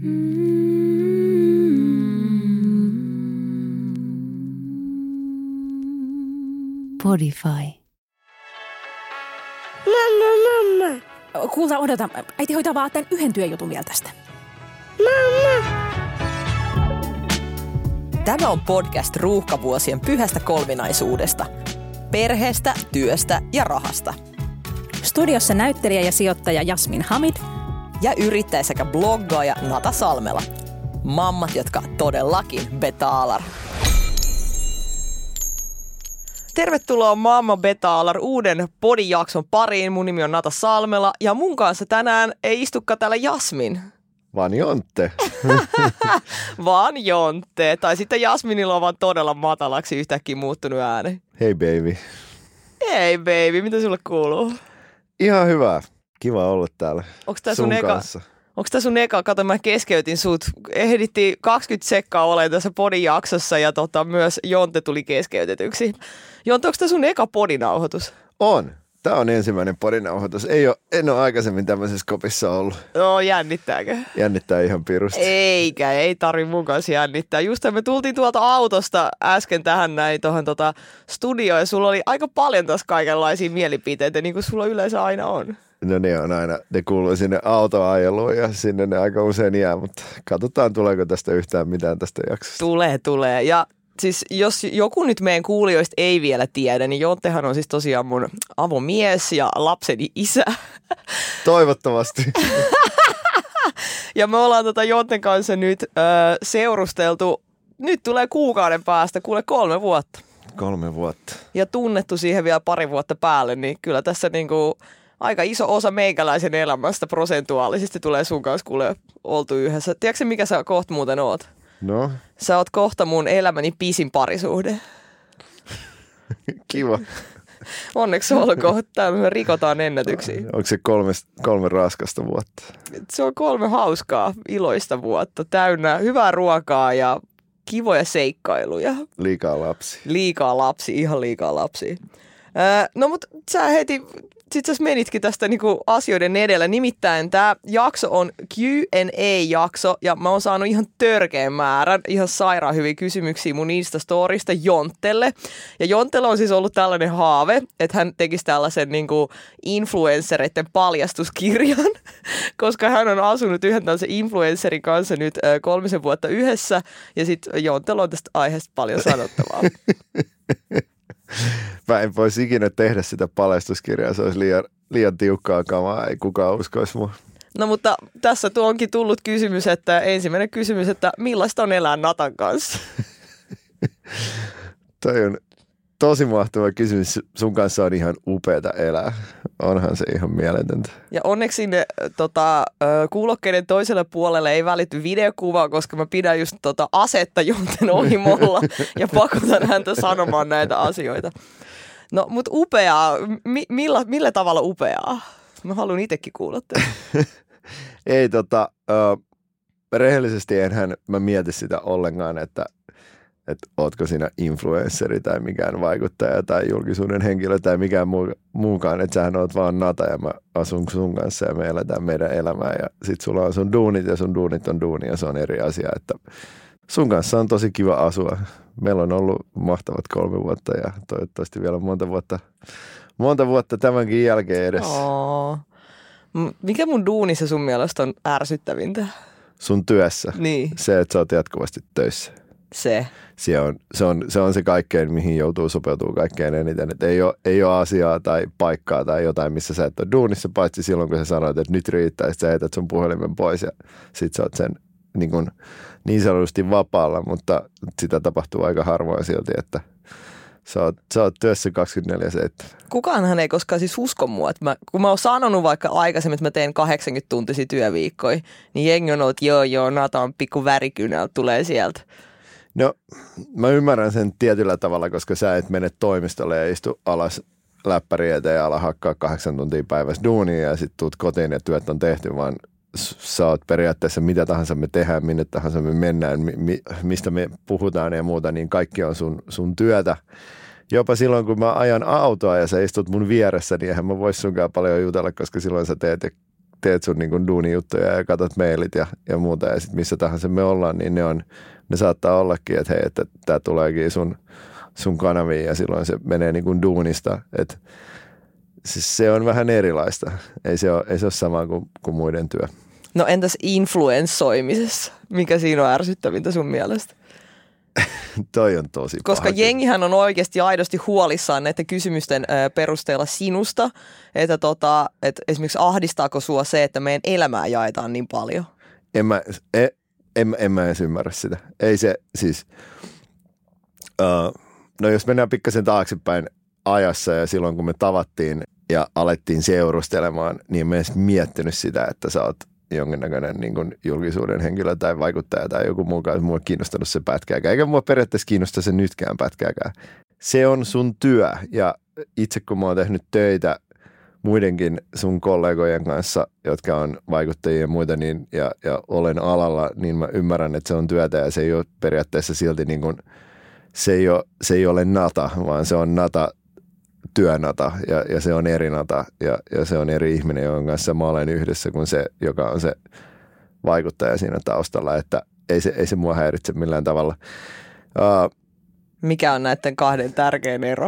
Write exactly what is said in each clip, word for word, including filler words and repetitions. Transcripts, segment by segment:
Podify. Mamma, mamma. Kuulta, odota. Äiti hoitaa vaan tämän yhden työjutun vielä tästä. Mamma. Tämä on podcast ruuhkavuosien pyhästä kolminaisuudesta. Perheestä, työstä ja rahasta. Studiossa näyttelijä ja sijoittaja Jasmin Hamid. Ja yrittäjä sekä bloggaaja Nata Salmela. Mammat, jotka todellakin betaalar. Tervetuloa Mamma Betaalar uuden podijakson pariin. Mun nimi on Nata Salmela ja mun kanssa tänään ei istukaan täällä Jasmin. Vaan Jontte. Vaan Jontte. Tai sitten Jasminilla on vaan todella matalaksi yhtäkkiä muuttunut ääni. Hei baby. Hei baby, mitä sulle kuuluu? Ihan hyvä. Kiva olla täällä Onks tää sun sun eka, kanssa. Onko tämä sun eka? Kato, mä keskeytin sut. Ehdittiin kaksikymmentä sekkaa olemaan tässä podijaksossa ja tota, myös Jonte tuli keskeytetyksi. Jonte, onko tämä sun eka podinauhoitus? On. Tämä on ensimmäinen podinauhoitus. Ei ole, en ole aikaisemmin tämmöisessä kopissa ollut. No, jännittääkö? Jännittää ihan pirusti. Eikä, ei tarvi mun kanssa jännittää. Just me tultiin tuolta autosta äsken tähän näin tuohon tota studioon ja sulla oli aika paljon taas kaikenlaisia mielipiteitä, niin kuin sulla yleensä aina on. No ne on aina, ne kuuluu sinne autoajeluun ja sinne ne aika usein jää, mutta katsotaan tuleeko tästä yhtään mitään tästä jaksosta. Tulee, tulee. Ja siis jos joku nyt meidän kuulijoista ei vielä tiedä, niin Jonttehan on siis tosiaan mun avomies ja lapseni isä. Toivottavasti. Ja me ollaan tota Jonten kanssa nyt ö, seurusteltu, nyt tulee kuukauden päästä, kuule kolme vuotta. Kolme vuotta. Ja tunnettu siihen vielä pari vuotta päälle, niin kyllä tässä niinku aika iso osa meikäläisen elämästä prosentuaalisesti tulee sun kanssa kuule oltu yhdessä. Tiedätkö mikä sä kohta muuten oot? No? Sä oot kohta mun elämäni pisin parisuhde. Kiva. Onneksi olkoon. Täällä me rikotaan ennätyksiä. Onko se kolme, kolme raskasta vuotta? Se on kolme hauskaa, iloista vuotta. Täynnä hyvää ruokaa ja kivoja seikkailuja. Liikaa lapsi. Liikaa lapsi, ihan liikaa lapsia. Öö, no mut sä heti, sit sä menitkin tästä niinku asioiden edellä. Nimittäin tää jakso on Q and A-jakso ja mä oon saanut ihan törkeän määrän, ihan sairaan hyviä kysymyksiä mun Instastorista Jonttelle. Ja Jonttella on siis ollut tällainen haave, että hän tekisi tällaisen niinku influenssereiden paljastuskirjan, koska hän on asunut yhden tällaisen influensserin kanssa nyt ö, kolmisen vuotta yhdessä ja sit Jonttella on tästä aiheesta paljon sanottavaa. Mä en voisi ikinä tehdä sitä paljastuskirjaa, se olisi liian, liian tiukkaa kamaa, ei kukaan uskoisi mua. No mutta tässä tuo onkin tullut kysymys, että ensimmäinen kysymys, että millaista on elää Natan kanssa? Toi on tosi mahtava kysymys, sun kanssa on ihan upeata elää, onhan se ihan mieletöntä. Ja onneksi sinne tota, kuulokkeiden toiselle puolelle ei välity videokuvaa, koska mä pidän just tota asetta Jonten ohimolla ja pakotan häntä sanomaan näitä asioita. No, mutta upeaa. Mi- millä, millä tavalla upeaa? Mä haluan itsekin kuulla tämän. Ei tota, äh, rehellisesti enhän mä mieti sitä ollenkaan, että että ootko sinä influensseri tai mikään vaikuttaja tai julkisuuden henkilö tai mikään muu, muukaan, että sähän oot vaan Nata ja mä asun sun kanssa ja me eletään meidän elämää ja sit sulla on sun duunit ja sun duunit on duuni ja se on eri asia, että sun kanssa on tosi kiva asua. Meillä on ollut mahtavat kolme vuotta ja toivottavasti vielä monta vuotta, monta vuotta tämänkin jälkeen edessä. Oh. Mikä mun duunissa sun mielestä on ärsyttävintä? Sun työssä? Niin. Se, että sä oot jatkuvasti töissä. Se. Se on, se, on, se on se kaikkein, mihin joutuu sopeutumaan kaikkein eniten. Et ei, ole, ei ole asiaa tai paikkaa tai jotain, missä sä et ole duunissa, paitsi silloin, kun sä sanoit, että nyt riittää, sit sä heität sun puhelimen pois ja sit sä oot sen niin, kun, niin sanotusti vapaalla, mutta sitä tapahtuu aika harvoin silti, että sä oot, sä oot työssä kaksikymmentäneljä seitsemän. Kukaanhan ei koskaan siis usko mua, että mä, kun mä oon sanonut vaikka aikaisemmin, että mä teen kahdeksankymmentä tuntisia työviikkoja, niin jengi on ollut, että joo joo, Nata on pikku värikynä, tulee sieltä. No, mä ymmärrän sen tietyllä tavalla, koska sä et mene toimistolle ja istu alas läppäri eteen ja ala hakkaa kahdeksan tuntia päivässä duunia ja sit tuut kotiin ja työt on tehty, vaan sä oot periaatteessa mitä tahansa me tehdään, minne tahansa me mennään, mi- mistä me puhutaan ja muuta, niin kaikki on sun, sun työtä. Jopa silloin, kun mä ajan autoa ja sä istut mun vieressä, niin eihän mä vois sunkaan paljon jutella, koska silloin sä teet, teet sun niin kuin duunijuttuja ja katsot mailit ja, ja muuta ja sitten missä tahansa me ollaan, niin ne, on, ne saattaa ollakin, että hei, että tämä tuleekin sun, sun kanaviin ja silloin se menee niin kuin duunista, että siis se on vähän erilaista, ei se ole, ei se ole sama kuin, kuin muiden työ. No entäs influenssoimisessa? Mikä siinä on ärsyttävintä sun mielestä? Toi on tosi Koska paha. jengihän on oikeasti aidosti huolissaan näiden kysymysten ö, perusteella sinusta, että tota, et esimerkiksi ahdistaako sua se, että meidän elämää jaetaan niin paljon? En mä, en, en, en mä edes ymmärrä sitä. Ei se siis, uh, no jos mennään pikkasen taaksepäin ajassa ja silloin kun me tavattiin ja alettiin seurustelemaan, niin en mä edes miettinyt sitä, että sä oot jonkinnäköinen niin kuin julkisuuden henkilö tai vaikuttaja tai joku muu kanssa. Mua kiinnostanut se pätkääkään, eikä mua periaatteessa kiinnosta se nytkään pätkääkään. Se on sun työ ja itse kun mä oon tehnyt töitä muidenkin sun kollegojen kanssa, jotka on vaikuttajia ja muita niin, ja, ja olen alalla, niin mä ymmärrän, että se on työtä ja se ei ole periaatteessa silti niin kuin, se ei ole, se ei ole nata, vaan se on nata työnata ja, ja se on eri nata ja, ja se on eri ihminen, jonka kanssa mä olen yhdessä kuin se, joka on se vaikuttaja siinä taustalla, että ei se, ei se mua häiritse millään tavalla. Uh, Mikä on näiden kahden tärkein ero?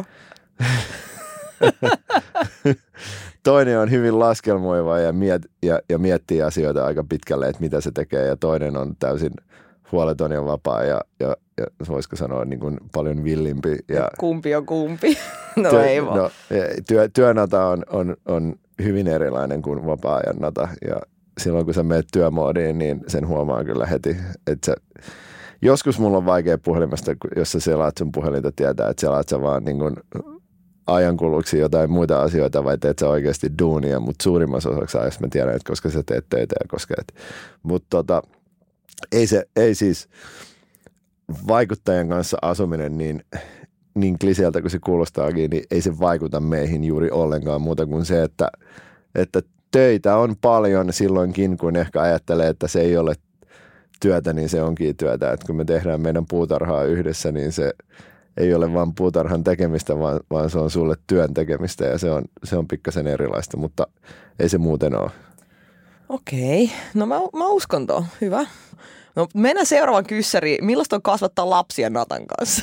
Toinen on hyvin laskelmoiva ja, miet, ja, ja miettii asioita aika pitkälle, että mitä se tekee ja toinen on täysin huoleton ja vapaa ja, ja, ja voisiko sanoa niin kuin paljon villimpi. Ja kumpi on kumpi? No työ, ei vaan. No, työ, työnata on, on, on hyvin erilainen kuin vapaa-ajan nata ja silloin kun sä menet työmoodiin, niin sen huomaa kyllä heti, että sä, joskus mulla on vaikea puhelimesta, jos sä selaat sun puhelinta tietää, että selaat sä vaan niin kuin ajankuluksi jotain muita asioita vai teet sä oikeasti duunia, mutta suurimmassa osaksi ajassa mä tiedän, että koska sä teet töitä ja koska et. Mutta tota, ei se, ei siis vaikuttajan kanssa asuminen niin, niin kliseeltä kuin se kuulostaakin, niin ei se vaikuta meihin juuri ollenkaan muuta kuin se, että, että töitä on paljon silloinkin, kun ehkä ajattelee, että se ei ole työtä, niin se onkin työtä. Että kun me tehdään meidän puutarhaa yhdessä, niin se ei ole vaan puutarhan tekemistä, vaan, vaan se on sulle työn tekemistä ja se on, se on pikkasen erilaista, mutta ei se muuten ole. Okei, no mä, mä uskon tuon. Hyvä. No mennään seuraavan kyssäriin. Millaista on kasvattaa lapsia Natan kanssa?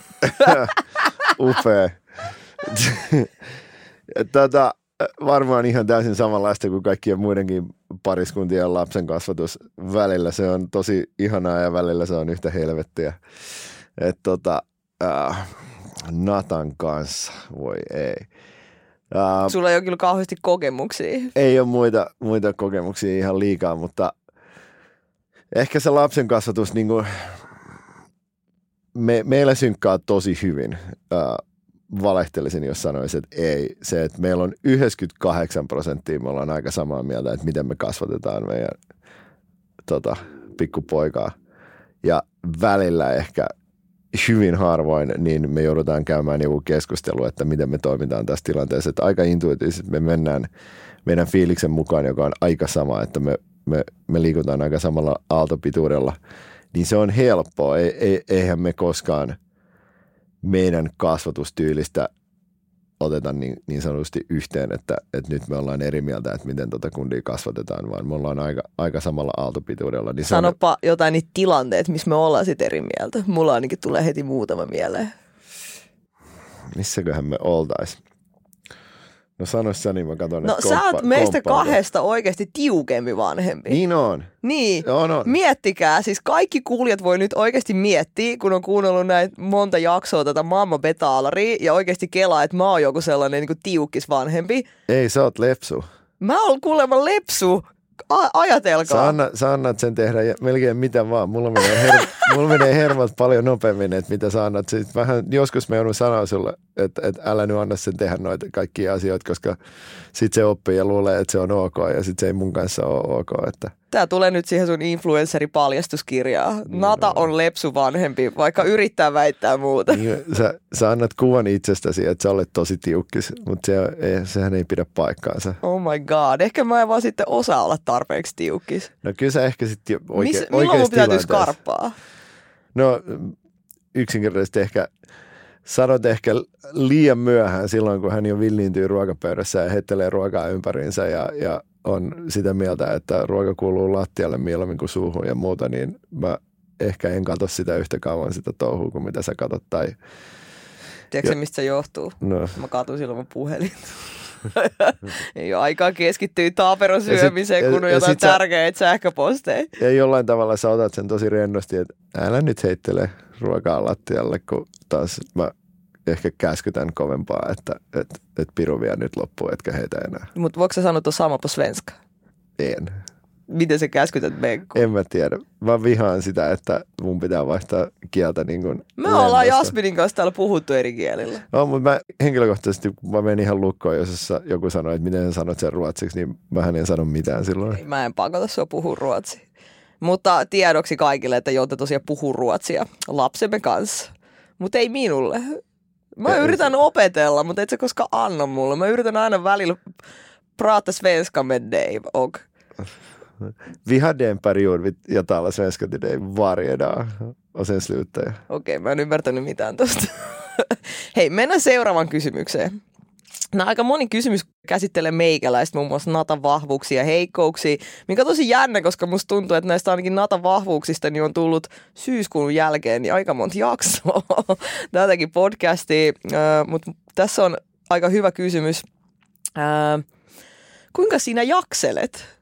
Upea. Tätä varmaan ihan täysin samanlaista kuin kaikkien muidenkin pariskuntien lapsen kasvatus välillä. Se on tosi ihanaa ja välillä se on yhtä helvettiä. Että tota, äh, Natan kanssa, voi ei. Uh, Sulla ei ole kyllä kauheasti kokemuksia. Ei ole muita, muita kokemuksia ihan liikaa, mutta ehkä se lapsen kasvatus, niin kuin, me, meillä synkkaa tosi hyvin. Uh, valehtelisin, jos sanoisin, että ei. Se, että meillä on yhdeksänkymmentäkahdeksan prosenttia, me ollaan aika samaa mieltä, että miten me kasvatetaan meidän tota, pikkupoikaa. Ja välillä ehkä hyvin harvoin, niin me joudutaan käymään joku keskustelu, että miten me toimitaan tässä tilanteessa. Että aika intuitiivisesti me mennään meidän fiiliksen mukaan, joka on aika sama, että me, me, me liikutaan aika samalla aaltopituudella. Niin se on helppoa. Ei, ei, eihän me koskaan meidän kasvatustyylistä oteta niin, niin sanotusti yhteen, että, että nyt me ollaan eri mieltä, että miten tota kundia kasvatetaan, vaan me ollaan aika, aika samalla aaltopituudella. Niin Sanopa on jotain niitä tilanteita, missä me ollaan sitten eri mieltä. Mulla ainakin tulee heti muutama mieleen. Missäköhän me oltais? No sanois sä, niin mä katson, No että sä komppa, oot meistä komppaan. kahdesta oikeasti tiukempi vanhempi. Niin on. Niin. On, on. Miettikää, siis kaikki kuulijat voi nyt oikeasti miettiä, kun on kuunnellut näitä monta jaksoa tätä Mamma Betaalaria ja oikeasti kelaa, että mä oon joku sellainen niin kuin tiukkis vanhempi. Ei, sä oot lepsu. Mä oon kuulemma lepsu. A- ajatelkaa. Sä, anna, sä annat sen tehdä melkein mitä vaan. Mulla menee, her, mulla menee hermot paljon nopeammin, että mitä sä annat. Sitten vähän, joskus mä joudun sanoa sulle, että, että älä nyt anna sen tehdä noita kaikkia asioita, koska sit se oppii ja luulee, että se on ok ja sit se ei mun kanssa ole ok. Että. Tää tulee nyt siihen sun influenceripaljastuskirjaan. Nata on lepsu vanhempi, vaikka yrittää väittää muuta. Niin, sä, sä annat kuvan itsestäsi, että sä olet tosi tiukkis, mutta se, ei, sehän ei pidä paikkaansa. Oh my god, ehkä mä en vaan sitten osaa olla tarpeeksi tiukkis. No kyllä sä ehkä sitten oike, Mis, oikeassa milloin mun pitää tilanteessa. skarppaa? No yksinkertaisesti ehkä sanot ehkä liian myöhään silloin, kun hän jo villiintyy ruokapöydässä ja heittelee ruokaa ympäriinsä ja, ja on sitä mieltä, että ruoka kuuluu lattialle mieluummin kuin suuhun ja muuta, niin mä ehkä en katso sitä yhtä kauan sitä touhua kuin mitä sä katot. Tai... Tiedätkö mistä se johtuu? No. Mä katson silloin mun puhelin. Ei ole aikaa keskittyä taaperon syömiseen, ja sit, kun on ja, jotain ja tärkeitä sähköposteja. Ja jollain tavalla sä otat sen tosi rennosti, että älä nyt heittele ruokaa lattialle, kun taas mä ehkä käskytän kovempaa, että et, et piru vie nyt loppuun, etkä heitä enää. Mutta voiko sä sanoa tuon sama på svenska? En. Miten sä käskytät Benko? En mä tiedä. Mä vihaan sitä, että mun pitää vaihtaa kieltä niin kuin Me ollaan Jasminin kanssa täällä puhuttu eri kielillä. No, mutta mä henkilökohtaisesti, kun mä menen ihan lukkoon, jos joku sanoo, että miten sä sanot sen ruotsiksi, niin mähän en sano mitään silloin. Ei, mä en pakota sua puhua ruotsia. Mutta tiedoksi kaikille, että Jonte tosiaan puhuu ruotsia lapsemme kanssa. Mutta ei minulle. Mä ja yritän se... opetella, mutta et sä koskaan anna mulle. Mä yritän aina välillä prata svenska med dig och... Vi hade en period jag talade svenska till dig varje dag och sen slutade jag. Okei, mä en ymmärtänyt mitään tosta. Hei, mennään seuraavaan kysymykseen. No, aika moni kysymys käsittelee meikäläistä, muun muassa Natan vahvuuksia ja heikkouksia, mikä on tosi jännä, koska musta tuntuu, että näistä ainakin Natan vahvuuksista niin on tullut syyskuun jälkeen niin aika monta jaksoa tätäkin podcastia, äh, mutta tässä on aika hyvä kysymys. Äh, kuinka sinä jakselet?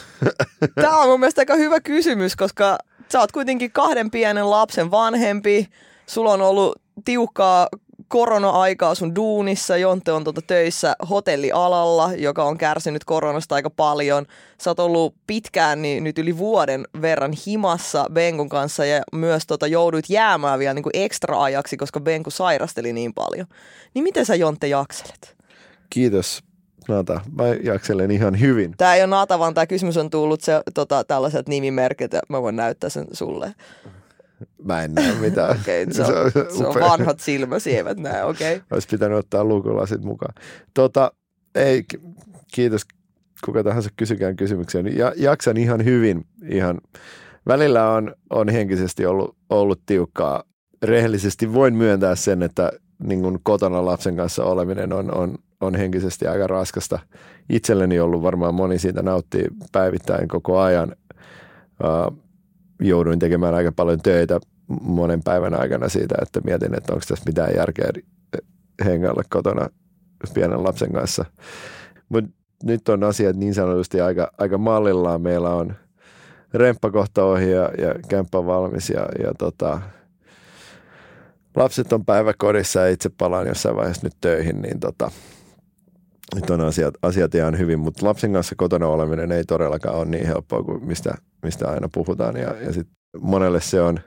Tämä on mun mielestä aika hyvä kysymys, koska sä oot kuitenkin kahden pienen lapsen vanhempi, sulla on ollut tiukkaa korona-aikaa sun duunissa, Jonte on tuota töissä hotellialalla, joka on kärsinyt koronasta aika paljon. Sä oot ollut pitkään niin nyt yli vuoden verran himassa Benkun kanssa ja myös tota, jouduit jäämään vielä niin kuin ekstra ajaksi, koska Benku sairasteli niin paljon. Niin miten sä, Jonte, jakselet? Kiitos, Nata. Mä jakselen ihan hyvin. Tää ei ole Nata, vaan tää kysymys on tullut se, tota, tällaiset nimimerkit ja mä voin näyttää sen sulle. Mä en näe mitään. Okei, okay, se, se, on, se on vanhat silmäsi, eivät näe, okei. Okay. Olisi pitänyt ottaa lukulasit mukaan. Tota, ei, kiitos kuka tahansa kysykään kysymyksiä. Ja, jaksan ihan hyvin. Ihan. Välillä on, on henkisesti ollut, ollut tiukkaa. Rehellisesti voin myöntää sen, että niin kuin kotona lapsen kanssa oleminen on, on, on henkisesti aika raskasta. Itselleni ollut varmaan moni siitä nauttii päivittäin koko ajan. Uh, jouduin tekemään aika paljon töitä monen päivän aikana siitä, että mietin, että onko tässä mitään järkeä hengailla kotona pienen lapsen kanssa. Mutta nyt on asiat niin sanotusti aika, aika mallillaan. Meillä on remppa kohta ohi ja, ja kämppä valmis ja, ja tota, lapset on päiväkodissa ja itse palaan jossain vaiheessa nyt töihin, niin tota, nyt on asiat, asiat ihan hyvin, mutta lapsen kanssa kotona oleminen ei todellakaan ole niin helppoa kuin mistä, mistä aina puhutaan. Ja, ja sitten monelle se on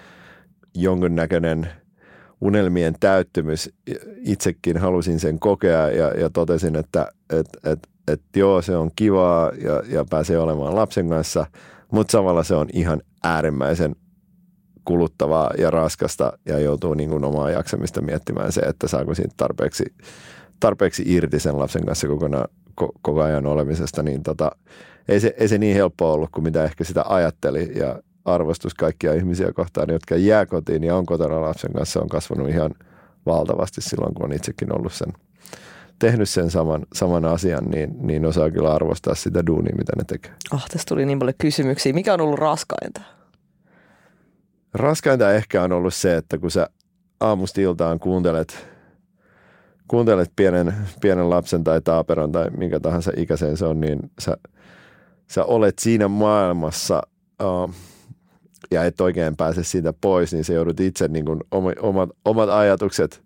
jonkunnäköinen unelmien täyttymys. Itsekin halusin sen kokea ja, ja totesin, että et, et, et joo, se on kivaa ja, ja pääsee olemaan lapsen kanssa, mutta samalla se on ihan äärimmäisen kuluttavaa ja raskasta ja joutuu niin kuin omaa jaksamista miettimään se, että saako siitä tarpeeksi tarpeeksi irti sen lapsen kanssa kokonaan, ko, koko ajan olemisesta, niin tota, ei, se, ei se niin helppoa ollut kuin mitä ehkä sitä ajatteli. Ja arvostus kaikkia ihmisiä kohtaan, jotka jää kotiin ja on kotona lapsen kanssa, on kasvanut ihan valtavasti silloin, kun on itsekin ollut sen, tehnyt sen saman, saman asian, niin, niin osaa kyllä arvostaa sitä duunia, mitä ne tekee. Ah, tässä tuli niin paljon kysymyksiä. Mikä on ollut raskainta? Raskainta ehkä on ollut se, että kun sä aamusta iltaan kuuntelet kuuntelet pienen, pienen lapsen tai taaperon tai minkä tahansa ikäisen se on, niin sä, sä olet siinä maailmassa uh, ja et oikein pääse siitä pois, niin sä joudut itse niin kuin omat, omat ajatukset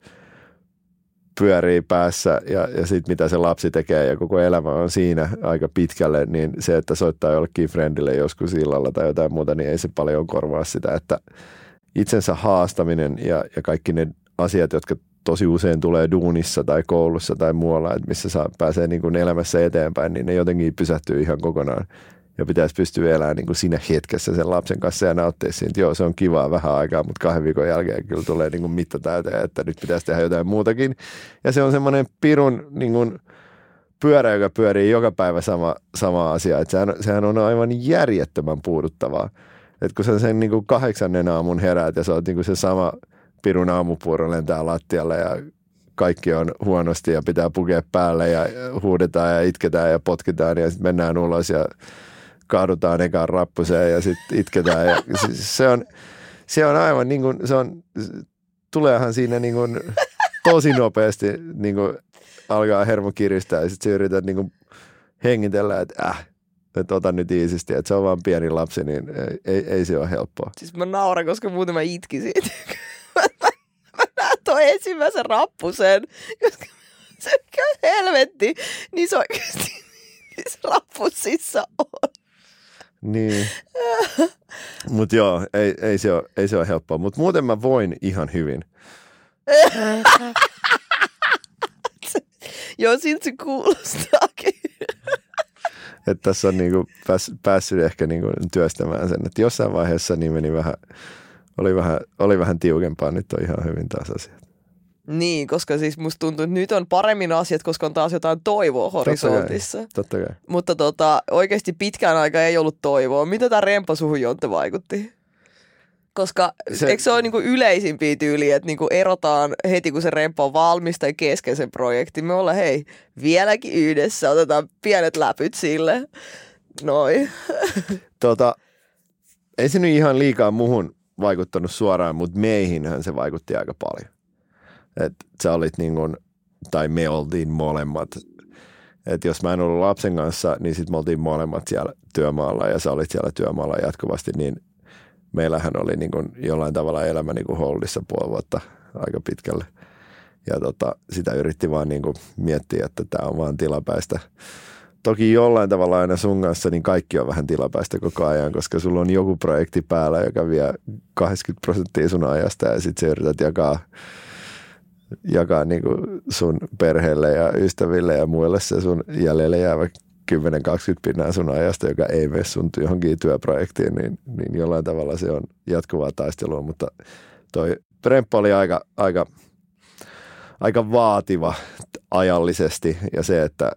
pyörii päässä ja, ja sitten mitä se lapsi tekee ja koko elämä on siinä aika pitkälle, niin se, että soittaa jollekin friendille joskus illalla tai jotain muuta, niin ei se paljon korvaa sitä, että itsensä haastaminen ja, ja kaikki ne asiat, jotka tosi usein tulee duunissa tai koulussa tai muualla, että missä saa, pääsee niin kuin elämässä eteenpäin, niin ne jotenkin pysähtyy ihan kokonaan. Ja pitäisi pystyä elämään niin kuin siinä hetkessä sen lapsen kanssa ja nauttia siitä, että joo, se on kivaa vähän aikaa, mutta kahden viikon jälkeen kyllä tulee niin kuin mitta täyteen, että nyt pitäisi tehdä jotain muutakin. Ja se on semmoinen pirun niin kuin pyörä, joka pyörii joka päivä sama, sama asia. Että sehän, sehän on aivan järjettömän puuduttavaa. Että kun sä sen niin kuin kahdeksannen aamun heräät ja sä oot niin kuin se sama pirun aamupuuro lentää lattialle ja kaikki on huonosti ja pitää pukea päälle ja huudetaan ja itketään ja potkitaan ja sitten mennään ulos ja kaadutaan ekaan rappuseen ja sitten itketään. Ja se, on, se on aivan niin kuin, se on, tuleehan siinä niin kuin tosi nopeasti niin kuin alkaa hermo kiristää ja sitten sä yrität niin kuin hengitellä, että äh, että ota nyt iisisti, että se on vaan pieni lapsi, niin ei, ei, ei se ole helppoa. Siis mä nauran, koska muuten mä itkin siitä. mä, mä näen toi ensimmäisen rappusen, koska se mikä helvetti, niin se oikeasti se rappusissa on. Niin, mutta joo, ei, ei, se ole, ei se ole helppoa, mutta muuten mä voin ihan hyvin. Joo, siltä se kuulostaakin. Että tässä on niinku pääs, päässyt ehkä niinku työstämään sen, että jossain vaiheessa niin meni vähän, oli vähän, oli vähän tiukempaa, nyt on ihan hyvin taas asiat. Niin, koska siis musta tuntuu, että nyt on paremmin asiat, koska on taas jotain toivoa horisontissa. Totta kai, totta kai. Mutta tota, oikeasti pitkään aikaa ei ollut toivoa. Mitä tämä remppa suhun, Jontte, vaikutti? Koska se, eikö se ole niinku yleisimpiä tyyliä, että niinku erotaan heti, kun se remppa on valmis tai kesken sen projektin. Me ollaan, hei, vieläkin yhdessä, otetaan pienet läpyt sille. Noin. Tota, ei se nyt ihan liikaa muhun vaikuttanut suoraan, mutta meihinhän se vaikutti aika paljon. Että sä olit niin kuin, tai me oltiin molemmat. Että jos mä en ollut lapsen kanssa, niin sit me oltiin molemmat siellä työmaalla ja sä olit siellä työmaalla jatkuvasti, niin meillähän oli niin kuin jollain tavalla elämä niin kuin holdissa puoli vuotta aika pitkälle. Ja tota, sitä yritti vaan niin kuin miettiä, että tämä on vaan tilapäistä. Toki jollain tavalla aina sun kanssa, niin kaikki on vähän tilapäistä koko ajan, koska sulla on joku projekti päällä, joka vie kaksikymmentä prosenttia sun ajasta ja sit sä yrität jakaa, jakaa niin kuin sun perheelle ja ystäville ja muille se sun jäljelle jäävä kymmenen kaksikymmentä pinnaa sun ajasta, joka ei mene sun johonkin työprojektiin, niin, niin jollain tavalla se on jatkuvaa taistelua, mutta toi remppa oli aika, aika, aika vaativa ajallisesti ja se, että,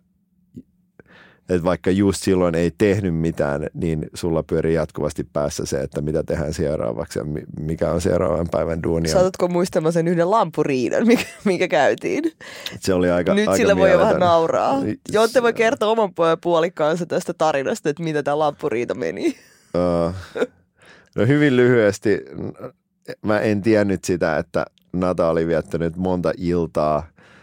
että vaikka just silloin ei tehnyt mitään, niin sulla pyörii jatkuvasti päässä se, että mitä tehdään seuraavaksi ja mikä on seuraavan päivän duunia. Saatatko muistamaan sen yhden lampuriidan, mikä, mikä käytiin? Se oli aika Nyt aika sillä voi jo mieletön. vähän nauraa. Jontte voi kertoa oman puolikkaansa tästä tarinasta, että mitä tämä lampuriita meni. Uh, no hyvin lyhyesti. Mä en tiennyt sitä, että Nata oli viettänyt monta iltaa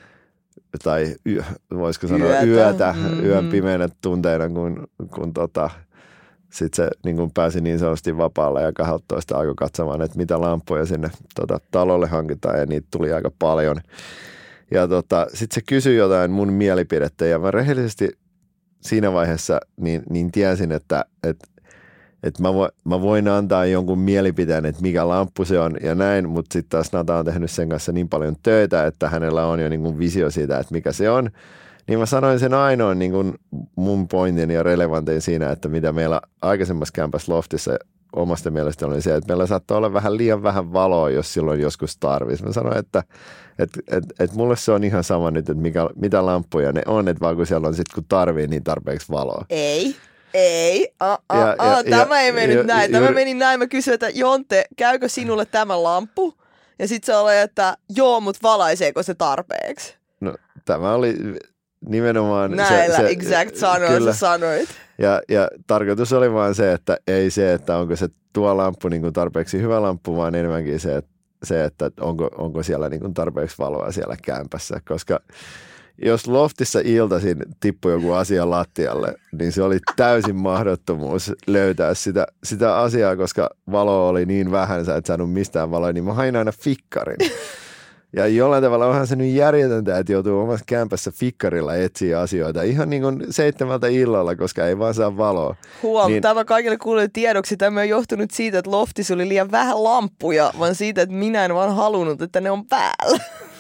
tai yö, voisiko sanoa yötä, yötä mm-hmm. yön pimeänä tunteina, kun, kun tota, sitten se niin kun pääsi niin sanotusti vapaalla ja kahdeksantoista alkoi katsomaan, että mitä lampuja sinne tota, talolle hankitaan ja niitä tuli aika paljon. Ja tota, sitten se kysyi jotain mun mielipidettä ja mä rehellisesti siinä vaiheessa niin, niin tiesin, että, että että mä, vo, mä voin antaa jonkun mielipiteen, että mikä lamppu se on ja näin, mutta sitten taas Nata on tehnyt sen kanssa niin paljon töitä, että hänellä on jo niin kuin visio siitä, että mikä se on. Niin mä sanoin sen ainoan niin kuin mun pointin ja relevantein siinä, että mitä meillä aikaisemmassa Campus Loftissa omasta mielestä oli se, että meillä saattoi olla vähän liian vähän valoa, jos silloin joskus tarvitsisi. Mä sanoin, että et, et, et mulle se on ihan sama nyt, että mikä, mitä lamppuja ne on, että vaan kun siellä on sitten kun tarvii niin tarpeeksi valoa. Ei. Ei, a, a, ja, a, ja, tämä ja, ei mennyt ja, näin. Tämä juuri meni näin. Mä kysyin, että Jontte, käykö sinulle tämä lamppu? Ja sit se oli, että joo, mutta valaiseeko se tarpeeksi? No tämä oli nimenomaan näillä se, se, exact sanoilla sä sanoit. Ja, ja tarkoitus oli vaan se, että ei se, että onko se tuo lamppu niin kuin tarpeeksi hyvä lamppu, vaan enemmänkin se, että, se, että onko, onko siellä niin kuin tarpeeksi valoa siellä kämpässä, koska jos loftissa iltaisin tippui joku asia lattialle, niin se oli täysin mahdottomuus löytää sitä, sitä asiaa, koska valo oli niin vähän, sä et saanut mistään valoa, niin mä hain aina fikkarin. Ja jollain tavalla onhan se nyt järjetöntä, että joutuu omassa kämpässä fikkarilla etsiä asioita ihan niin kuin seitsemältä illalla, koska ei vaan saa valoa. Huom, niin, tämä kaikille kuulijoille tiedoksi. Tämä ei johtunut siitä, että loftissa oli liian vähän lamppuja, vaan siitä, että minä en vaan halunnut, että ne on päällä.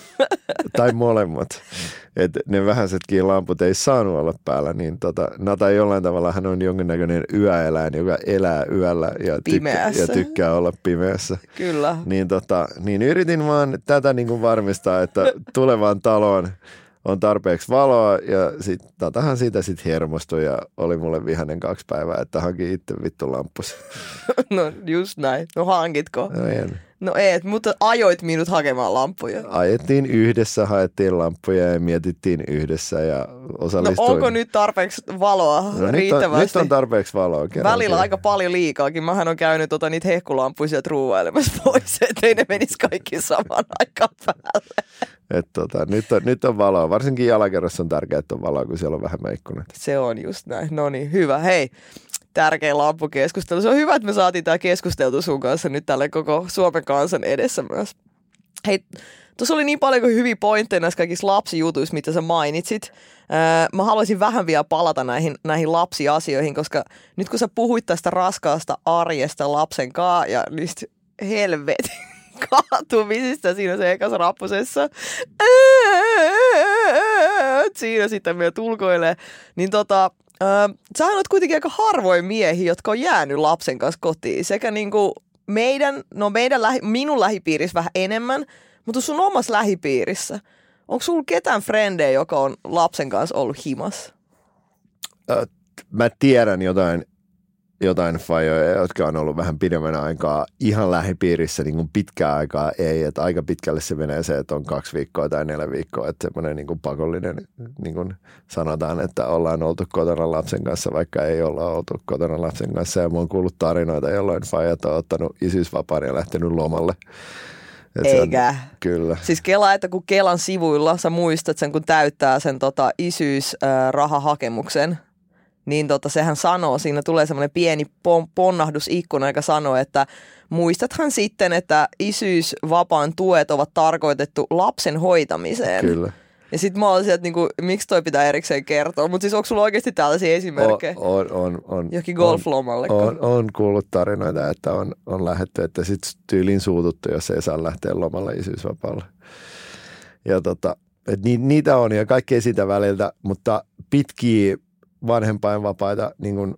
Tai molemmat. Että ne vähäisetkin lamput ei saanut olla päällä, niin tota, Nata jollain tavalla hän on jonkinnäköinen yöeläin, joka elää yöllä ja, tykkä, ja tykkää olla pimeässä. Kyllä. Niin, tota, niin yritin vaan tätä niin kuin varmistaa, että tulevaan taloon on tarpeeksi valoa ja sitten Natahan siitä sitten hermostui ja oli mulle vihainen kaksi päivää, että hankin itse vittu lampus. No just näin. No hankitko? No en. No ei, mutta ajoit minut hakemaan lamppuja. Ajettiin yhdessä, haettiin lamppuja ja mietittiin yhdessä ja osallistuin. No onko nyt tarpeeksi valoa no, riittävästi? Nyt on, nyt on tarpeeksi valoa. Välillä aika paljon liikaakin. Mähän on käynyt tota, niitä hehkulampuja sieltä ruuailemassa pois, ettei ne menisi kaikki saman aikaan päälle. Et, tota, nyt, on, nyt on valoa. Varsinkin jalakerrassa on tärkeää, että on valoa, kun siellä on vähemmän ikkunat. Se on just näin. No niin, hyvä. Hei. Tärkeä lampukeskustelu. Se on hyvä, että me saatiin tämä keskusteltu sun kanssa nyt tälle koko Suomen kansan edessä myös. Hei, tuossa oli niin paljon kuin hyviä pointteja näissä kaikissa lapsijutuissa, mitä sä mainitsit. Öö, mä haluaisin vähän vielä palata näihin, näihin lapsiasioihin, koska nyt kun sä puhuit tästä raskaasta arjesta lapsen kanssa ja niistä helvetin kaatumisista siinä se ekassa rappusessa, siinä sitten vielä tulkoilee, niin tota... Öö, sähän oot kuitenkin aika harvoin miehiä, jotka on jäänyt lapsen kanssa kotiin. Sekä niinku meidän, no meidän lähi, minun lähipiirissä vähän enemmän, mutta sun omassa lähipiirissä. Onko sulla ketään frendejä, joka on lapsen kanssa ollut himas? Öö, mä tiedän jotain, jotain fajoja, jotka on ollut vähän pidemmän aikaa ihan lähipiirissä, niin kuin pitkää aikaa ei. Että aika pitkälle se menee se, että on kaksi viikkoa tai neljä viikkoa. Että semmoinen niin kuin pakollinen, niin kuin sanotaan, että ollaan oltu kotona lapsen kanssa, vaikka ei olla oltu kotona lapsen kanssa. Ja mä oon kuullut tarinoita, jolloin fajat on ottanut isyysvapaan ja lähtenyt lomalle. Et Eikä. On, kyllä. Siis Kela, että kun Kelan sivuilla sä muistat sen, kun täyttää sen tota, isyysrahahakemuksen, niin tota, sehän sanoo, siinä tulee semmoinen pieni pon, ponnahdusikkuna, joka sanoo, että muistathan sitten, että isyysvapaan tuet ovat tarkoitettu lapsen hoitamiseen. Kyllä. Ja sit mä olisin, että niinku, miksi toi pitää erikseen kertoa, mutta siis onko sulla oikeasti tällaisia esimerkkejä? On, on, on. Johonkin golflomalle. On, on, on kuullut tarinoita, että on, on lähdetty, että sit tyylin suututtu, jos ei saa lähteä lomalle isyysvapaalle. Ja tota, et ni, niitä on ja kaikkea sitä väliltä, mutta pitkiä vanhempainvapaita, niin kuin,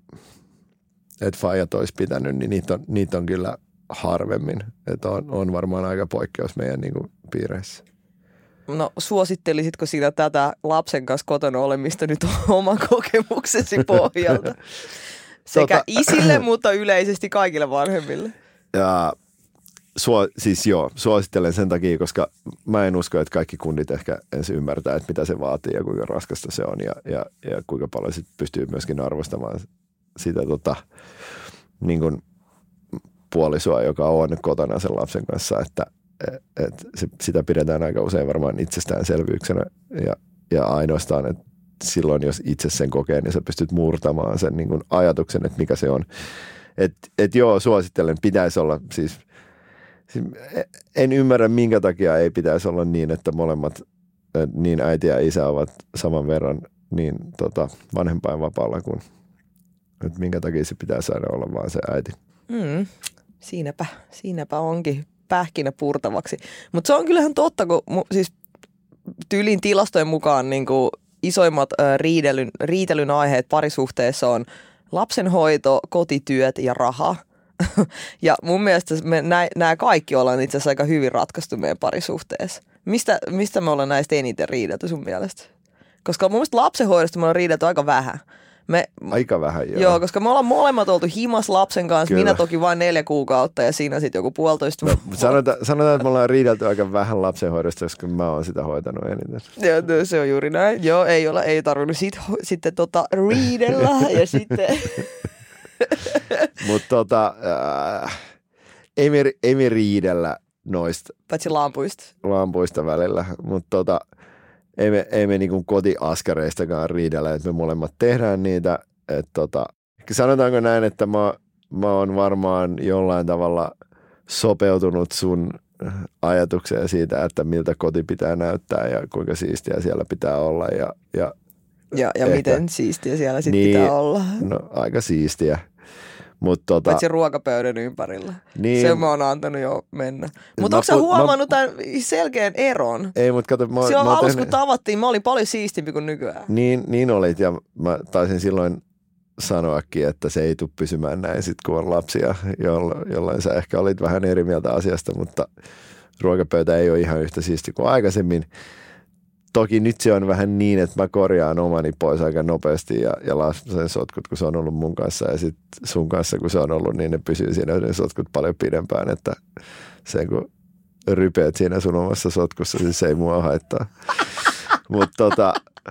että faijat olisi pitänyt, niin niitä on, niitä on kyllä harvemmin. Että on, on varmaan aika poikkeus meidän niin kuin, piireissä. No suosittelisitko sinä tätä lapsen kanssa kotona olemista nyt oman kokemuksesi pohjalta? Sekä tota, isille, mutta yleisesti kaikille vanhemmille. Ja suo, siis joo, suosittelen sen takia, koska mä en usko, että kaikki kundit ehkä ensin ymmärtää, että mitä se vaatii ja kuinka raskasta se on ja, ja, ja kuinka paljon sit pystyy myöskin arvostamaan sitä tota, niin kuin puolisoa, joka on kotona sen lapsen kanssa, että et sitä pidetään aika usein varmaan itsestäänselvyyksenä ja, ja ainoastaan, että silloin jos itse sen kokee, niin sä pystyt murtamaan sen niin kuin ajatuksen, että mikä se on. Että et joo, suosittelen, pitäisi olla siis, siis en ymmärrä minkä takia ei pitäisi olla niin, että molemmat niin äiti ja isä ovat saman verran niin tota, vanhempainvapaalla kuin, että minkä takia se pitää saada olla vaan se äiti. Mm, siinäpä, siinäpä onkin pähkinä purtavaksi. Mutta se on kyllähän totta, kun siis tyylin tilastojen mukaan niin kuin isoimmat ää, riidelyn, riitelyn aiheet parisuhteessa on lapsenhoito, kotityöt ja raha. Ja mun mielestä me nämä kaikki ollaan itse asiassa aika hyvin ratkaistu meidän parisuhteessa. Mistä, mistä me ollaan näistä eniten riidelty sun mielestä? Koska mun mielestä lapsenhoidosta me ollaan riidelty aika vähän. Me, Aika vähän, joo. Joo, koska me ollaan molemmat oltu himas lapsen kanssa, Kyllä. minä toki vain neljä kuukautta ja siinä sitten joku puolitoista no, sanotaan, sanotaan, että me ollaan riidelty aika vähän lapsenhoidosta, koska mä oon sitä hoitanut eniten. Joo, se on juuri näin. Joo, ei ole, ei tarvinnut sit, sitten tota riidellä ja sitten... Mutta tota, äh, ei, me, ei me riidellä noista. Paitsi lampuista. Lampuista välillä, mutta tota... Ei me, ei me niinku kotiaskareistakaan riidellä, että me molemmat tehdään niitä. Et tota, sanotaanko näin, että mä, mä oon varmaan jollain tavalla sopeutunut sun ajatukseen siitä, että miltä koti pitää näyttää ja kuinka siistiä siellä pitää olla. Ja, ja, ja, ja ehkä, miten siistiä siellä sitten niin, pitää olla. No aika siistiä. Mut tota, paitsi ruokapöydän ympärillä. Niin, se mä oon antanut jo mennä. Mutta onko sä huomannut mä, tämän selkeän eron? Ei, mutta kato. Mä, silloin mä alussa, tehnyt, kun tavattiin, mä olin paljon siistimpi kuin nykyään. Niin, niin olit ja mä taisin silloin sanoakin, että se ei tule pysymään näin sit kun on lapsia, jollain sä ehkä olit vähän eri mieltä asiasta, mutta ruokapöytä ei ole ihan yhtä siisti kuin aikaisemmin. Toki nyt se on vähän niin, että mä korjaan omani pois aika nopeasti ja, ja lapsen sotkut, kun se on ollut mun kanssa ja sitten sun kanssa, kun se on ollut, niin ne pysyy siinä ne sotkut paljon pidempään, että se kun rypeät siinä sun omassa sotkussa, siis se ei mua haittaa. Mutta tota,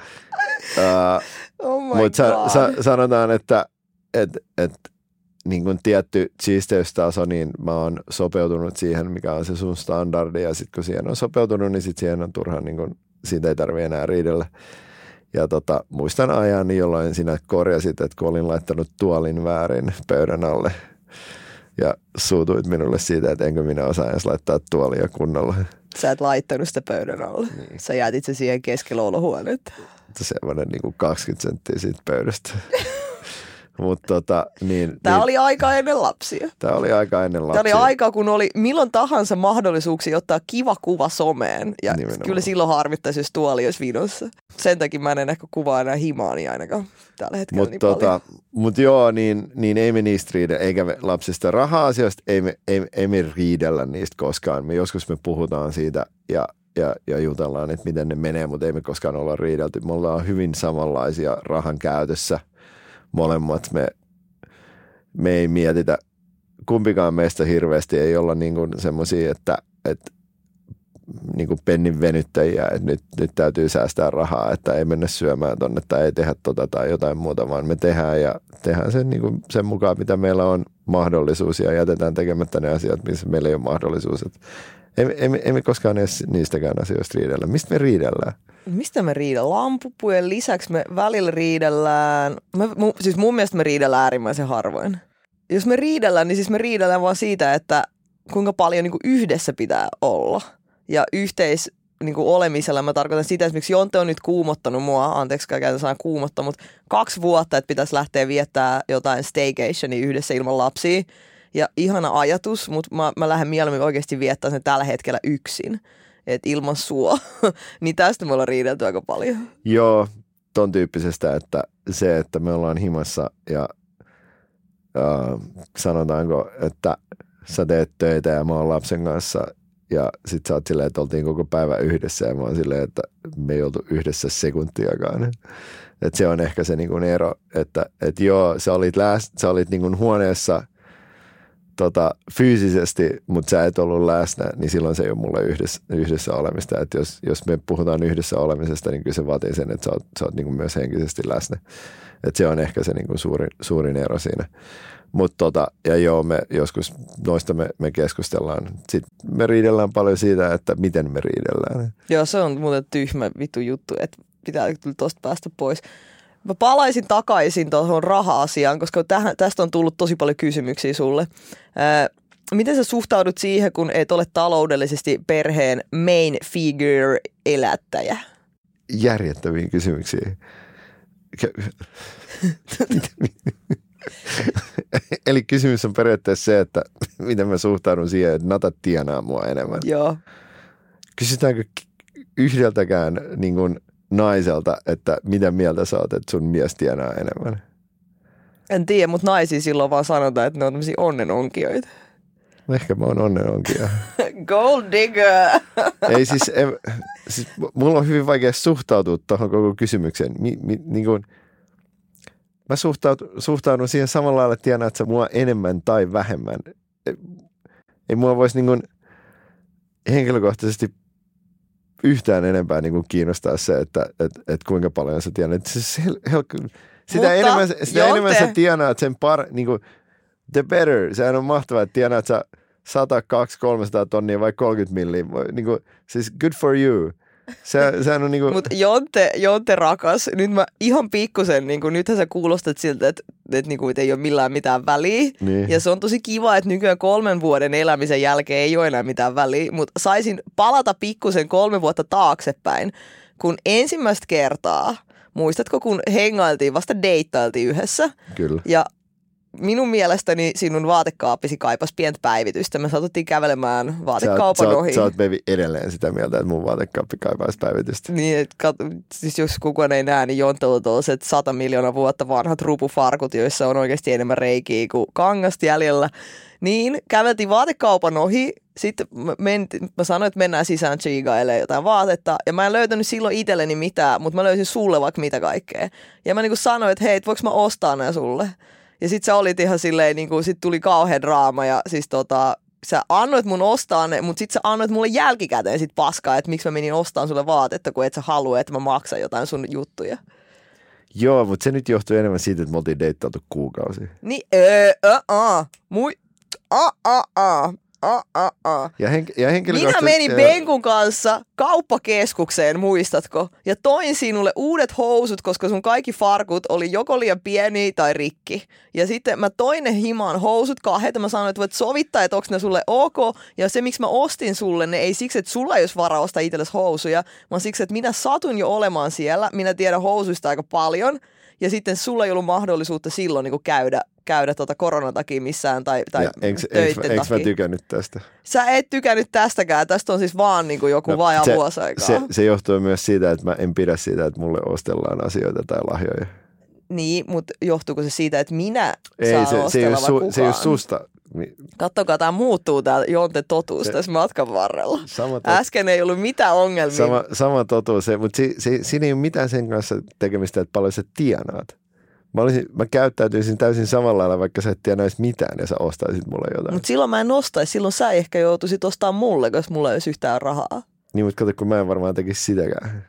uh, oh mut sa, sa, sanotaan, että et, et, niin kun tietty siisteystaso, niin mä oon sopeutunut siihen, mikä on se sun standardi. Ja sitten kun siihen on sopeutunut, niin sit siihen on turha, niin kun, siitä ei tarvitse enää riidellä. Ja tota, muistan ajan, jolloin sinä korjasit, että kun olin laittanut tuolin väärin pöydän alle. Ja suutuit minulle siitä, että enkö minä osaa edes laittaa tuolia kunnolla. Sä et laittanut sitä pöydän alle. Niin. Sä jätit se siihen keskellä olohuonetta. Semmoinen niin kuin kaksikymmentä senttiä siitä pöydästä. Mut tota, niin, Tämä niin, oli aika ennen lapsia. Tämä oli aika ennen lapsia. Tämä oli aika, kun oli milloin tahansa mahdollisuuksia ottaa kiva kuva someen. Ja Nimenomaan. Kyllä silloin harmittaisi, jos tuoli olisi vinossa. Sen takia mä en ehkä kuvaa enää himaani ainakaan tällä hetkellä mut niin tota, paljon. Mutta joo, niin, niin ei me niistä riidellä, eikä me lapsista raha-asioista, ei me, ei, ei me riidellä niistä koskaan. Me joskus me puhutaan siitä ja, ja, ja jutellaan, että miten ne menee, mutta ei me koskaan olla riidelty. Me ollaan hyvin samanlaisia rahan käytössä. Molemmat me, me ei mietitä, kumpikaan meistä hirveästi ei olla niin kuin semmoisia, että, että niin kuin pennin venyttäjiä, että nyt, nyt täytyy säästää rahaa, että ei mennä syömään tonne tai ei tehdä tota tai jotain muuta, vaan me tehdään ja tehdään sen, niin kuin sen mukaan, mitä meillä on mahdollisuus ja jätetään tekemättä ne asiat, missä meillä ei ole mahdollisuus. Että ei, ei, ei me koskaan edes niistäkään asioista riidellä. Mistä me riidellään? Mistä me riidellään? Lampupujen lisäksi me välillä riidellään. Me, mu, siis mun mielestä me riidellään äärimmäisen harvoin. Jos me riidellään, niin siis me riidellään vaan siitä, että kuinka paljon niin kuin yhdessä pitää olla. Ja yhteis niin kuin olemisella mä tarkoitan sitä, esimerkiksi Jonte on nyt kuumottanut mua, anteeksi käytän sanan kuumottaa, mutta kaksi vuotta, että pitäisi lähteä viettää jotain staycationia yhdessä ilman lapsia. Ja ihana ajatus, mutta mä, mä lähden mieluummin oikeasti viettää sen tällä hetkellä yksin. Että ilman sua, niin tästä me ollaan riidelty aika paljon. Joo, ton tyyppisestä, että se, että me ollaan himassa ja äh, sanotaanko, että sä teet töitä ja mä oon lapsen kanssa ja sit sä oot silleen, että oltiin koko päivä yhdessä ja mä oon silleen, että me ei oltu yhdessä sekuntiakaan. Että se on ehkä se niin kuin ero, että et joo, sä olit, läs, sä olit niin kuin huoneessa Tota, fyysisesti, mutta sä et ollut läsnä, niin silloin se ei ole mulle yhdessä, yhdessä olemista. Että jos, jos me puhutaan yhdessä olemisesta, niin kyllä se vaatii sen, että sä oot, sä oot niin kuin myös henkisesti läsnä. Että se on ehkä se niin kuin suurin, suurin ero siinä. Mutta tota, ja joo, me joskus noista me, me keskustellaan. Sitten me riidellään paljon siitä, että miten me riidellään. Joo, se on muuten tyhmä vittu juttu, että pitää tuosta päästä pois. Mä palaisin takaisin tuohon raha-asiaan, koska tähän, tästä on tullut tosi paljon kysymyksiä sulle. Ää, miten sä suhtaudut siihen, kun et ole taloudellisesti perheen main figure-elättäjä? Järjettäviä kysymyksiä. Eli kysymys on periaatteessa se, että miten mä suhtaudun siihen, että Nata tienaa mua enemmän. Joo. Kysytäänkö yhdeltäkään niin kuin naiselta, että mitä mieltä sä oot, että sun mies tienaa enemmän? En tiedä, mutta naisia silloin vaan sanotaan, että ne on tämmöisiä onnenonkijoita. Ehkä mä oon onnenonkija. Gold digger! Ei siis, en, siis, mulla on hyvin vaikea suhtautua tuohon koko kysymykseen. Mi, mi, niin kuin, mä suhtaudun, suhtaudun siihen samalla lailla, että tienaat sä mua enemmän tai vähemmän. Ei mua voisi niin kuin henkilökohtaisesti yhtään enempää niin kuin kiinnostaa se, että et, et kuinka paljon sä tienaat. Siis hel, hel, sitä enemmän, sitä enemmän sä tienaat sen par, niin kuin, the better. Sehän on mahtavaa, että tienaat sä sata, kaksi, kolmesataa tonnia vai kolmekymmentä milliä. Niin kuin, siis good for you. Se, sehän on niinku... Mutta Jonte, Jonte rakas, nyt mä ihan pikkusen, niin nythän sä kuulostat siltä, että, että niin kuin, ei ole millään mitään väliä. Niin. Ja se on tosi kiva, että nykyään kolmen vuoden elämisen jälkeen ei ole enää mitään väliä. Mutta saisin palata pikkusen kolme vuotta taaksepäin, kun ensimmäistä kertaa, muistatko kun hengailtiin, vasta deittailtiin yhdessä. Kyllä. Ja minun mielestäni sinun vaatekaappisi kaipasi pientä päivitystä. Me saatuttiin kävelemään vaatekaupan sä, ohi. Sä oot baby edelleen sitä mieltä, että mun vaatekaappi kaipaisi päivitystä. Niin, että kat, siis jos kukaan ei näe, niin Jontella on tuollaiset sata miljoonaa vuotta vanhat rupufarkut, joissa on oikeasti enemmän reikiä kuin kangasta jäljellä. Niin, käveltiin vaatekaupan ohi. Sitten mä, mentin, mä sanoin, että mennään sisään chiigailemaan jotain vaatetta. Ja mä en löytänyt silloin itselleni mitään, mutta mä löysin sulle vaikka mitä kaikkea. Ja mä niin sanoin, että hei, voiko mä ostaa nämä sulle? Ja sit sä olit ihan silleen, niin kuin, sit tuli kauhean draama ja siis tota, sä annoit mun ostaa ne, mutta sit sä annoit mulle jälkikäteen sit paskaa, että miksi mä menin ostamaan sulle vaatetta, kun et sä halua, että mä maksan jotain sun juttuja. Joo, mutta se nyt johtuu enemmän siitä, että me oltiin deittailtu kuukausia. Niin, öö, öö, öö, mui, a, a, a. A, a, a. Ja hen, ja Minä menin ja... Benkun kanssa kauppakeskukseen, muistatko? Ja toin sinulle uudet housut, koska sun kaikki farkut oli joko liian pieni tai rikki. Ja sitten mä toin ne himaan housut kahdet ja mä sanoin, että voit sovittaa, että onko ne sulle ok. Ja se, miksi mä ostin sulle ne, ei siksi, että sulla ei olisi varaa ostaa itsellesi housuja, vaan siksi, että minä satun jo olemaan siellä. Minä tiedän housuista aika paljon. Ja sitten sulla ei ollut mahdollisuutta silloin niin kuin käydä, käydä tuota koronan takia missään tai, tai ja enks, töitten enks, takia. Eikö mä tykännyt tästä? Sä et tykännyt tästäkään. Tästä on siis vaan niin kuin joku no, vajaa vuosi aikaa. Se, se johtuu myös siitä, että mä en pidä siitä, että mulle ostellaan asioita tai lahjoja. Niin, mutta johtuuko se siitä, että minä ei, saan se, ostella se ei vai su, kukaan? Se ei ole susta. Katsokaa, tämä muuttuu tämä Jonten totuus se, tässä matkan varrella. Tot... Äsken ei ollut mitään ongelmia. Sama, sama totuus, se, mutta si, si, siinä ei ole mitään sen kanssa tekemistä, että paljon sä tienaat. Mä, olisin, mä käyttäytyisin täysin samalla lailla, vaikka sä et tienaisi mitään ja sä ostaisit mulle jotain. Mutta silloin mä en ostaisi. Silloin sä ehkä joutuisit ostamaan mulle, koska mulla ei olisi yhtään rahaa. Niin, mutta kato, kun mä en varmaan tekisi sitäkään.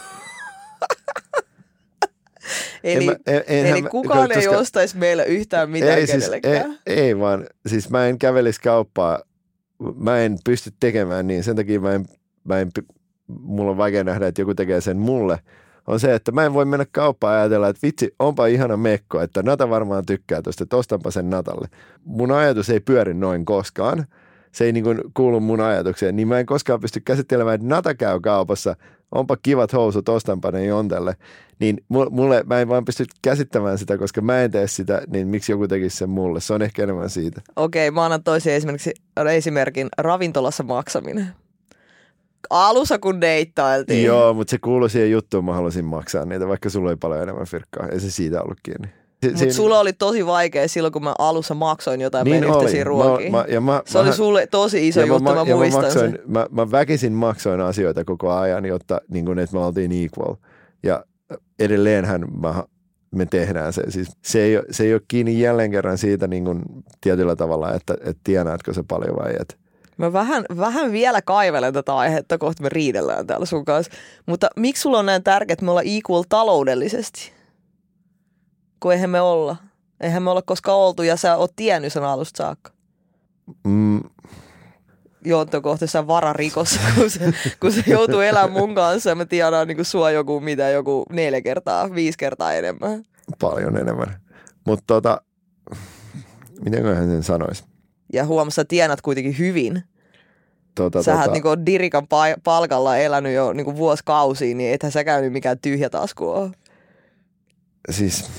Eli, en mä, en, eli mä, kukaan koska, ei ostaisi meille yhtään mitään ei, kenellekään? Siis, ei, ei vaan, siis mä en kävelisi kauppaa. Mä en pysty tekemään niin. Sen takia mä en, mä en, mulla on vaikea nähdä, että joku tekee sen mulle. On se, että mä en voi mennä kauppaan ja ajatella, että vitsi, onpa ihana mekko, että Nata varmaan tykkää tuosta, että ostanpa sen Natalle. Mun ajatus ei pyöri noin koskaan. Se ei niin kuin kuulu mun ajatukseen, niin mä en koskaan pysty käsittelemään, että Nata käy kaupassa, onpa kivat housut, ostanpa ne Jontelle. Niin mulle, mä en vaan pysty käsittämään sitä, koska mä en tee sitä, niin miksi joku tekisi sen mulle? Se on ehkä enemmän siitä. Okei, mä annan toisen esimerkiksi, esimerkin, ravintolassa maksaminen. Alussa kun deittailtiin. Joo, mutta se kuului siihen juttuun, mä halusin maksaa niitä, vaikka sulla oli paljon enemmän firkkaa. Ei se siitä ollut kiinni. Mutta siinä... sulla oli tosi vaikea silloin, kun mä alussa maksoin jotain niin meidän yhteisiä ruokia. Mä, mä, mä, se mä, oli sulle tosi iso juttu, mä, mä muistan mä, maksoin, sen. Mä, mä väkisin maksoin asioita koko ajan, jotta niin kun, että me oltiin equal. Ja edelleenhän mä, me tehdään se. Siis se, ei, se ei ole kiinni jälleen kerran siitä niin kun, tietyllä tavalla, että, että tienaatko se paljon vai et. Mä vähän, vähän vielä kaivelen tätä aihetta, kohta me riidellään täällä sun kanssa. Mutta miksi sulla on näin tärkeää, että me ollaan equal taloudellisesti? Kun eihän me olla. Eihän me olla koskaan oltu ja sä oot tiennyt sen alusta saakka. Mm. Jonto kohta sä vararikos, kun se, kun se joutuu elämään mun kanssa ja mä tiedän niin sua joku mitä, joku neljä kertaa, viisi kertaa enemmän. Paljon enemmän. Mutta tota, mitenköhän sen sanoisi? Ja huomassa, sä tienat kuitenkin hyvin. Tota, Sähän tota. niinku Dirikan pa- palkalla elänyt jo niinku vuosikausia, niin ethän sä käynyt mikään tyhjä tasku ole. Siis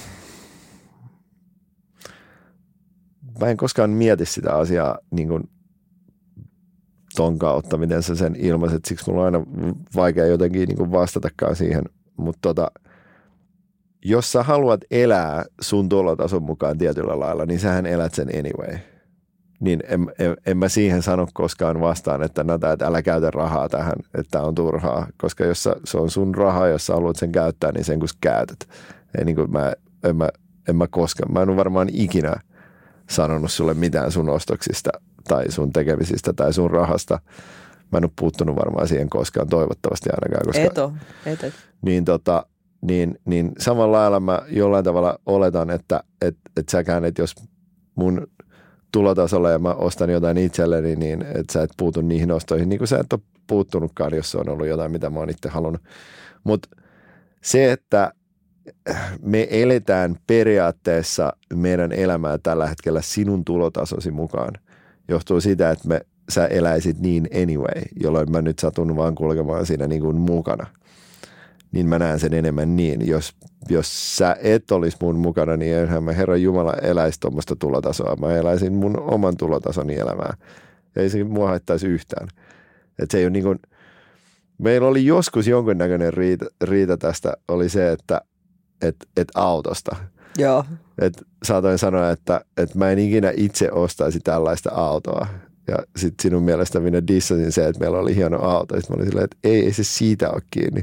mä en koskaan mieti sitä asiaa niin kuin ton kautta, miten sä sen ilmaiset. Siksi mulla on aina vaikea jotenkin niin kuin vastatakaan siihen. Mutta tota, jos sä haluat elää sun tulotason mukaan tietyllä lailla, niin sähän elät sen anyway. Niin en, en, en mä siihen sano koskaan vastaan, että Nata, että älä käytä rahaa tähän, että tää on turhaa. Koska jos sä, se on sun rahaa, jos sä haluat sen käyttää, niin sen kun käytät. Ei niin kuin mä, en mä, en mä koskaan, mä en ole varmaan ikinä sanonut sulle mitään sun ostoksista tai sun tekemisistä tai sun rahasta. Mä en ole puuttunut varmaan siihen koskaan, toivottavasti ainakaan. Koska, Eto, et, et. Niin, tota, niin, niin samalla lailla mä jollain tavalla oletan, että et, et säkään, että jos mun tulotasolla ja mä ostan jotain itselleni, niin että sä et puutu niihin ostoihin, niin kuin sä et ole puuttunutkaan, jos se on ollut jotain, mitä mä oon itse halunnut. Mutta se, että me eletään periaatteessa meidän elämää tällä hetkellä sinun tulotasosi mukaan, johtuu siitä, että me, sä eläisit niin anyway, jolloin mä nyt satun vaan kulkemaan siinä niin kuin mukana. Niin mä näen sen enemmän niin. Jos, jos sä et olisi mun mukana, niin enhän mä Herran Jumala eläisi tuommoista tulotasoa. Mä eläisin mun oman tulotasoni elämää. Ja ei se mua haittaisi yhtään. Että se ei ole niin kuin, meillä oli joskus jonkinnäköinen riita, riita tästä, oli se, että et, et autosta. Joo. Et saatoin sanoa, että et mä en ikinä itse ostaisi tällaista autoa. Ja sitten sinun mielestä minä dissasin se, että meillä oli hieno auto. Sitten mä olin silleen, että ei, ei se siitä ole kiinni.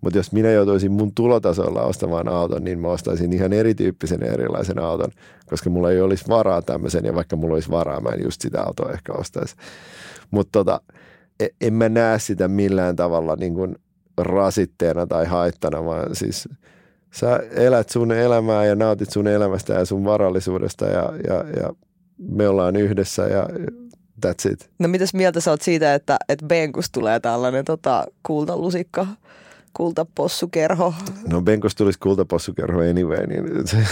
Mutta jos minä joutuisin mun tulotasolla ostamaan auton, niin mä ostaisin ihan erityyppisen ja erilaisen auton, koska mulla ei olisi varaa tämmöisen, ja vaikka mulla olisi varaa, mä en just sitä autoa ehkä ostaisi. Mutta tota, en mä näe sitä millään tavalla niin kuin rasitteena tai haittana, vaan siis sä elät sun elämää ja nautit sun elämästä ja sun varallisuudesta ja, ja, ja me ollaan yhdessä ja that's it. No mitäs mieltä sä oot siitä, että, että Benkus tulee tällainen tota, kultalusikka, kultapossukerho? No Benkus tulisi kultapossukerho anyway, niin se...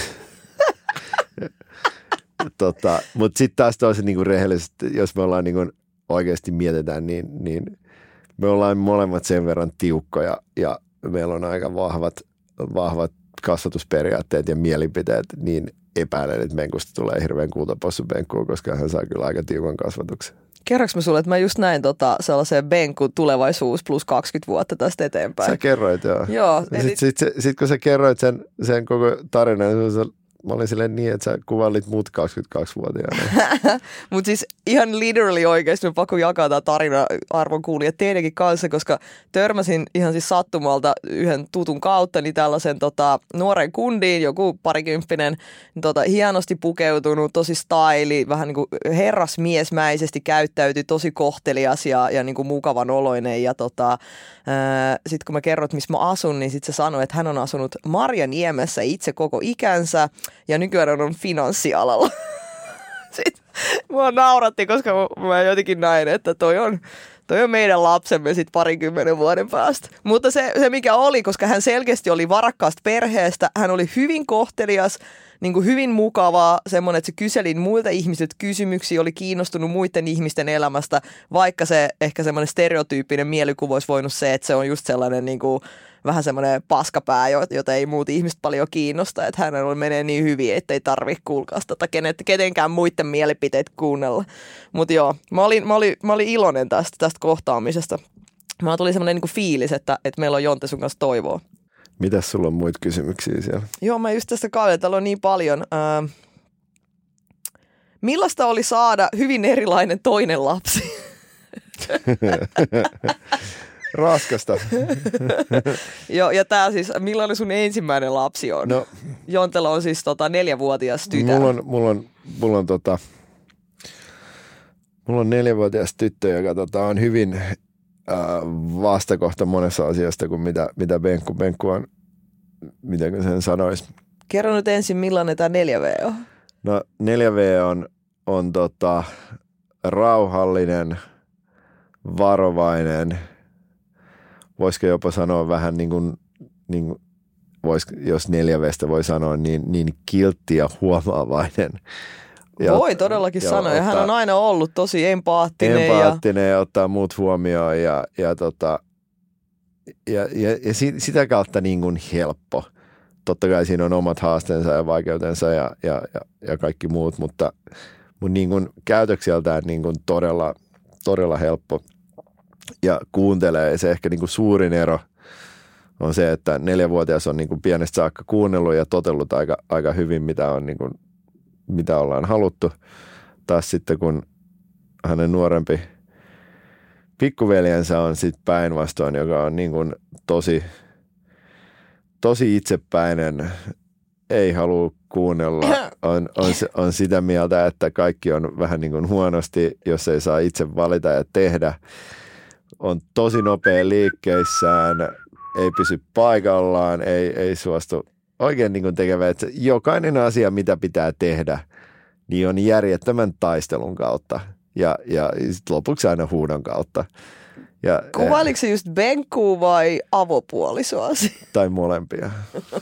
tota, mutta sitten taas tosi niinku rehellisesti, jos me ollaan niinku oikeasti mietitään, niin, niin me ollaan molemmat sen verran tiukkoja ja meillä on aika vahvat, vahvat kasvatusperiaatteet ja mielipiteet, niin epäilen, että Benkusta tulee hirveän kultapossu Benkkuu, koska hän saa kyllä aika tiukan kasvatuksen. Kerroks mä sulle, että mä just näin tota, sellaisen Benku tulevaisuus plus kaksikymmentä vuotta tästä eteenpäin. Sä kerroit, joo. Joo. Sitten sit, sit, sit, kun sä kerroit sen, sen koko tarinan, niin mä olin silleen niin, että sä kuvailit mut kaksikymmentäkaksivuotiaana. Mutta siis ihan literally oikeasti mä pakko jakaa tämä tarina arvon kuulijat teidänkin kanssa, koska törmäsin ihan siis sattumalta yhden tutun kautta niin tällaisen tota, nuoren kundiin, joku parikymppinen, tota, hienosti pukeutunut, tosi styli, vähän niin kuin herrasmiesmäisesti käyttäytyi, tosi kohtelias ja, ja niin kuin mukavan oloinen. Ja tota, sitten kun mä kerron, että missä mä asun, niin sitten se sanoi, että hän on asunut Marjaniemessä itse koko ikänsä. Ja nykyään on finanssialalla. Sitten mua nauratti, koska mä jotenkin näin, että toi on, toi on meidän lapsemme sitten parikymmenen vuoden päästä. Mutta se, se mikä oli, koska hän selkeästi oli varakkaasta perheestä, hän oli hyvin kohtelias, niin kuin hyvin mukavaa, semmoinen, että se kyseli muilta ihmisiltä kysymyksiä, oli kiinnostunut muiden ihmisten elämästä, vaikka se ehkä semmoinen stereotyyppinen mielikuva olisi voinut se, että se on just sellainen niin kuin vähän semmoinen paskapää, jota ei muut ihmiset paljon kiinnosta, että hänellä menee niin hyvin, ettei tarvitse kuulkaa sitä kenet, ketenkään muiden mielipiteet kuunnella. Mutta joo, mä olin, mä, olin, mä olin iloinen tästä, tästä kohtaamisesta. Mä tuli semmoinen niin kuin fiilis, että, että meillä on Jonte sun kanssa toivoa. Mitäs sulla on muita kysymyksiä siellä? Joo, mä just tästä kaivelin, täällä on niin paljon. Ää, millaista oli saada hyvin erilainen toinen lapsi? Raskasta. Joo, ja tää siis, millainen sun ensimmäinen lapsi on? No, Jontella on siis tota, neljävuotias tytär. Mulla on, mulla on, mulla on, tota, mulla on neljävuotias tyttö, joka tota, on hyvin äh, vastakohta monessa asiasta kuin mitä, mitä Benkku. Benkku on, miten sen sanoisi. Kerro nyt ensin, millainen tämä neljä V on? No neljä V on, on tota, rauhallinen, varovainen, voisiko jopa sanoa vähän niin kuin, niin kuin vois, jos neljä V:stä voi sanoa, niin, niin kiltti ja huomaavainen. Ja, voi todellakin ja sanoa, ja hän on aina ollut tosi empaattinen. Empaattinen ja, ja ottaa muut huomioon ja, ja, tota, ja, ja, ja sitä kautta niin kuin helppo. Totta kai siinä on omat haasteensa ja vaikeutensa ja, ja, ja, ja kaikki muut, mutta, mutta niin kuin käytökseltään niin kuin todella, todella helppo. Ja kuuntelee. Se ehkä niin kuin suurin ero on se, että neljävuotias on niin kuin pienestä saakka kuunnellut ja totellut aika, aika hyvin, mitä, on niin kuin, mitä ollaan haluttu. Taas sitten, kun hänen nuorempi pikkuveljensä on sitten päinvastoin, joka on niin kuin tosi, tosi itsepäinen, ei halua kuunnella, on, on, on sitä mieltä, että kaikki on vähän niin kuin huonosti, jos ei saa itse valita ja tehdä. On tosi nopea liikkeissään, ei pysy paikallaan, ei, ei suostu oikein niin kuin tekemään. Että jokainen asia, mitä pitää tehdä, niin on järjettömän taistelun kautta ja, ja sit lopuksi aina huudon kautta. Ja, kuvailiko se just Benkkuu vai avopuolisoasi? Tai molempia.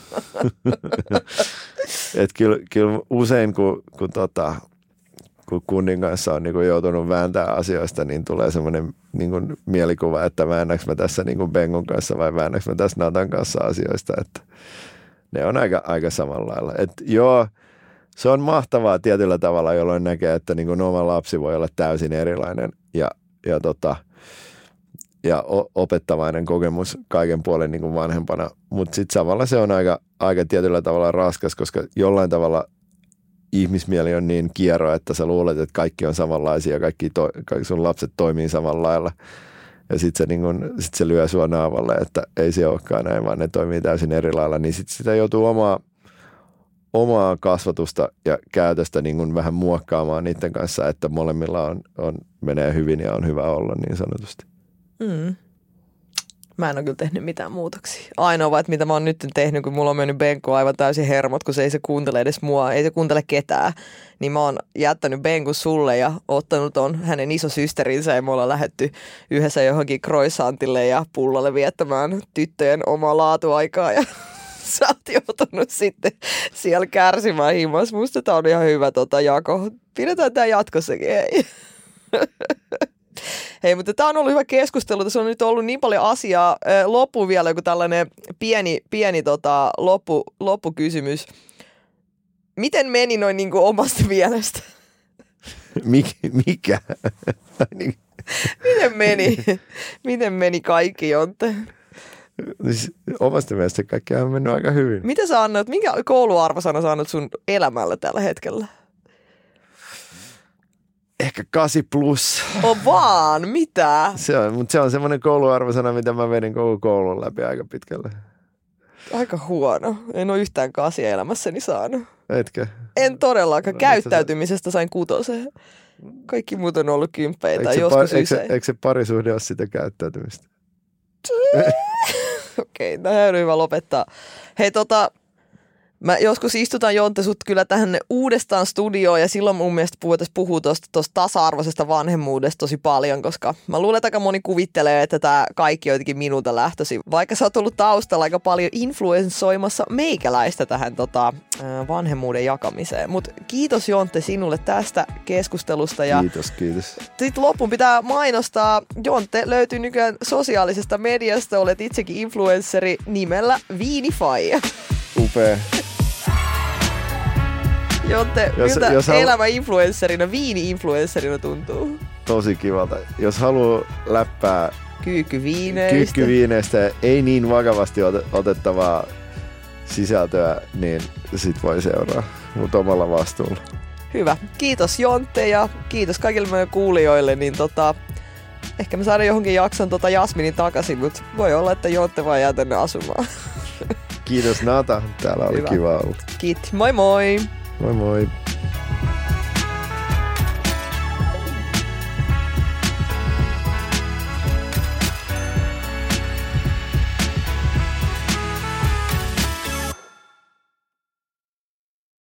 Et kyllä, kyllä usein, kun, kun, tota, kun kundin kanssa on niin joutunut vääntämään asioista, niin tulee semmoinen niin mielikuva, että väännäks mä tässä niin Benkun kanssa vai väännäks mä tässä Natan kanssa asioista. Että ne on aika, aika samalla lailla. Et joo, se on mahtavaa tietyllä tavalla, jolloin näkee, että niin oma lapsi voi olla täysin erilainen ja, ja tota... ja opettavainen kokemus kaiken puolen niin kuin vanhempana. Mutta sitten samalla se on aika, aika tietyllä tavalla raskas, koska jollain tavalla ihmismieli on niin kiero, että sä luulet, että kaikki on samanlaisia ja kaikki, to, kaikki sun lapset toimii samalla lailla. ja sitten se, niin kun, sit se lyö sua naavalle, että ei se olekaan näin, vaan ne toimii täysin eri lailla, niin sitten sitä joutuu omaa, omaa kasvatusta ja käytöstä niin kun vähän muokkaamaan niiden kanssa, että molemmilla on, on, menee hyvin ja on hyvä olla niin sanotusti. Mm. Mä en ole kyllä tehnyt mitään muutoksia. Ainoa vaan, että mitä mä oon nyt tehnyt, kun mulla on mennyt Benko aivan täysin hermot, kun se ei se kuuntele edes mua, ei se kuuntele ketään. Niin mä oon jättänyt Benkun sulle ja ottanut on hänen isosysterinsä ja me ollaan lähdetty yhdessä johonkin croissantille ja pullalle viettämään tyttöjen omaa laatuaikaa. Ja sä oot joutunut sitten siellä kärsimään himas. Musta tää on ihan hyvä tota jako. Pidetään tää jatkossakin, hei. Hei, mutta tämä on ollut hyvä keskustelu. Tässä on nyt ollut niin paljon asiaa. Loppuun vielä joku tällainen pieni, pieni tota, loppu, loppukysymys. Miten meni noin niin kuin omasta mielestä? Mik, mikä? Miten meni? Miten meni kaikki, Jontte? Siis omasta mielestä kaikki on mennyt aika hyvin. Mitä sä annat? Minkä kouluarvosana sä annat sun elämällä tällä hetkellä? Ehkä kasi plus. On vaan, mitä? Se on, mutta se on semmoinen kouluarvosana, mitä mä vedin koko koulun läpi aika pitkälle. Aika huono. En ole yhtään kasia elämässäni saanut. Etkö? En todellakaan. No, käyttäytymimisesta sain kutosen. Kaikki muut on ollut kymppeitä. Eikö joskus par, eikö, se, eikö se parisuhde ole sitä käyttäytymistä? Okei, okay, tähän on hyvä lopettaa. Hei tota... Mä joskus istutan Jontte sut kyllä tähän uudestaan studioon ja silloin mun mielestä voitaisiin puhua tuosta tasa-arvoisesta vanhemmuudesta tosi paljon, koska mä luulen, että aika moni kuvittelee, että tämä kaikki on jotenkin minulta lähtöisin. Vaikka sä oot ollut taustalla aika paljon influenssoimassa meikäläistä tähän tota, vanhemmuuden jakamiseen. Mutta kiitos Jontte sinulle tästä keskustelusta. Ja kiitos, kiitos. Sitten loppuun pitää mainostaa. Jontte löytyy nykyään sosiaalisesta mediasta. Olet itsekin influensseri nimellä Viinifaija. Upea. Jontte, jos, miltä jos elämä halu... influensserina, viini-influensserina tuntuu? Tosi kivalta. Jos haluaa läppää kyykkyviineistä, kyykkyviineistä ei niin vakavasti otettavaa sisältöä, niin sit voi seuraa, mutta omalla vastuulla. Hyvä. Kiitos Jontte ja kiitos kaikille meidän kuulijoille. Niin tota, ehkä me saadaan johonkin jakson tota Jasminin takaisin, mutta voi olla, että Jontte vaan jää tänne asumaan. Kiitos Nata, täällä oli Hyvä. Kiva olla. Kiitos, moi moi! Moi moi!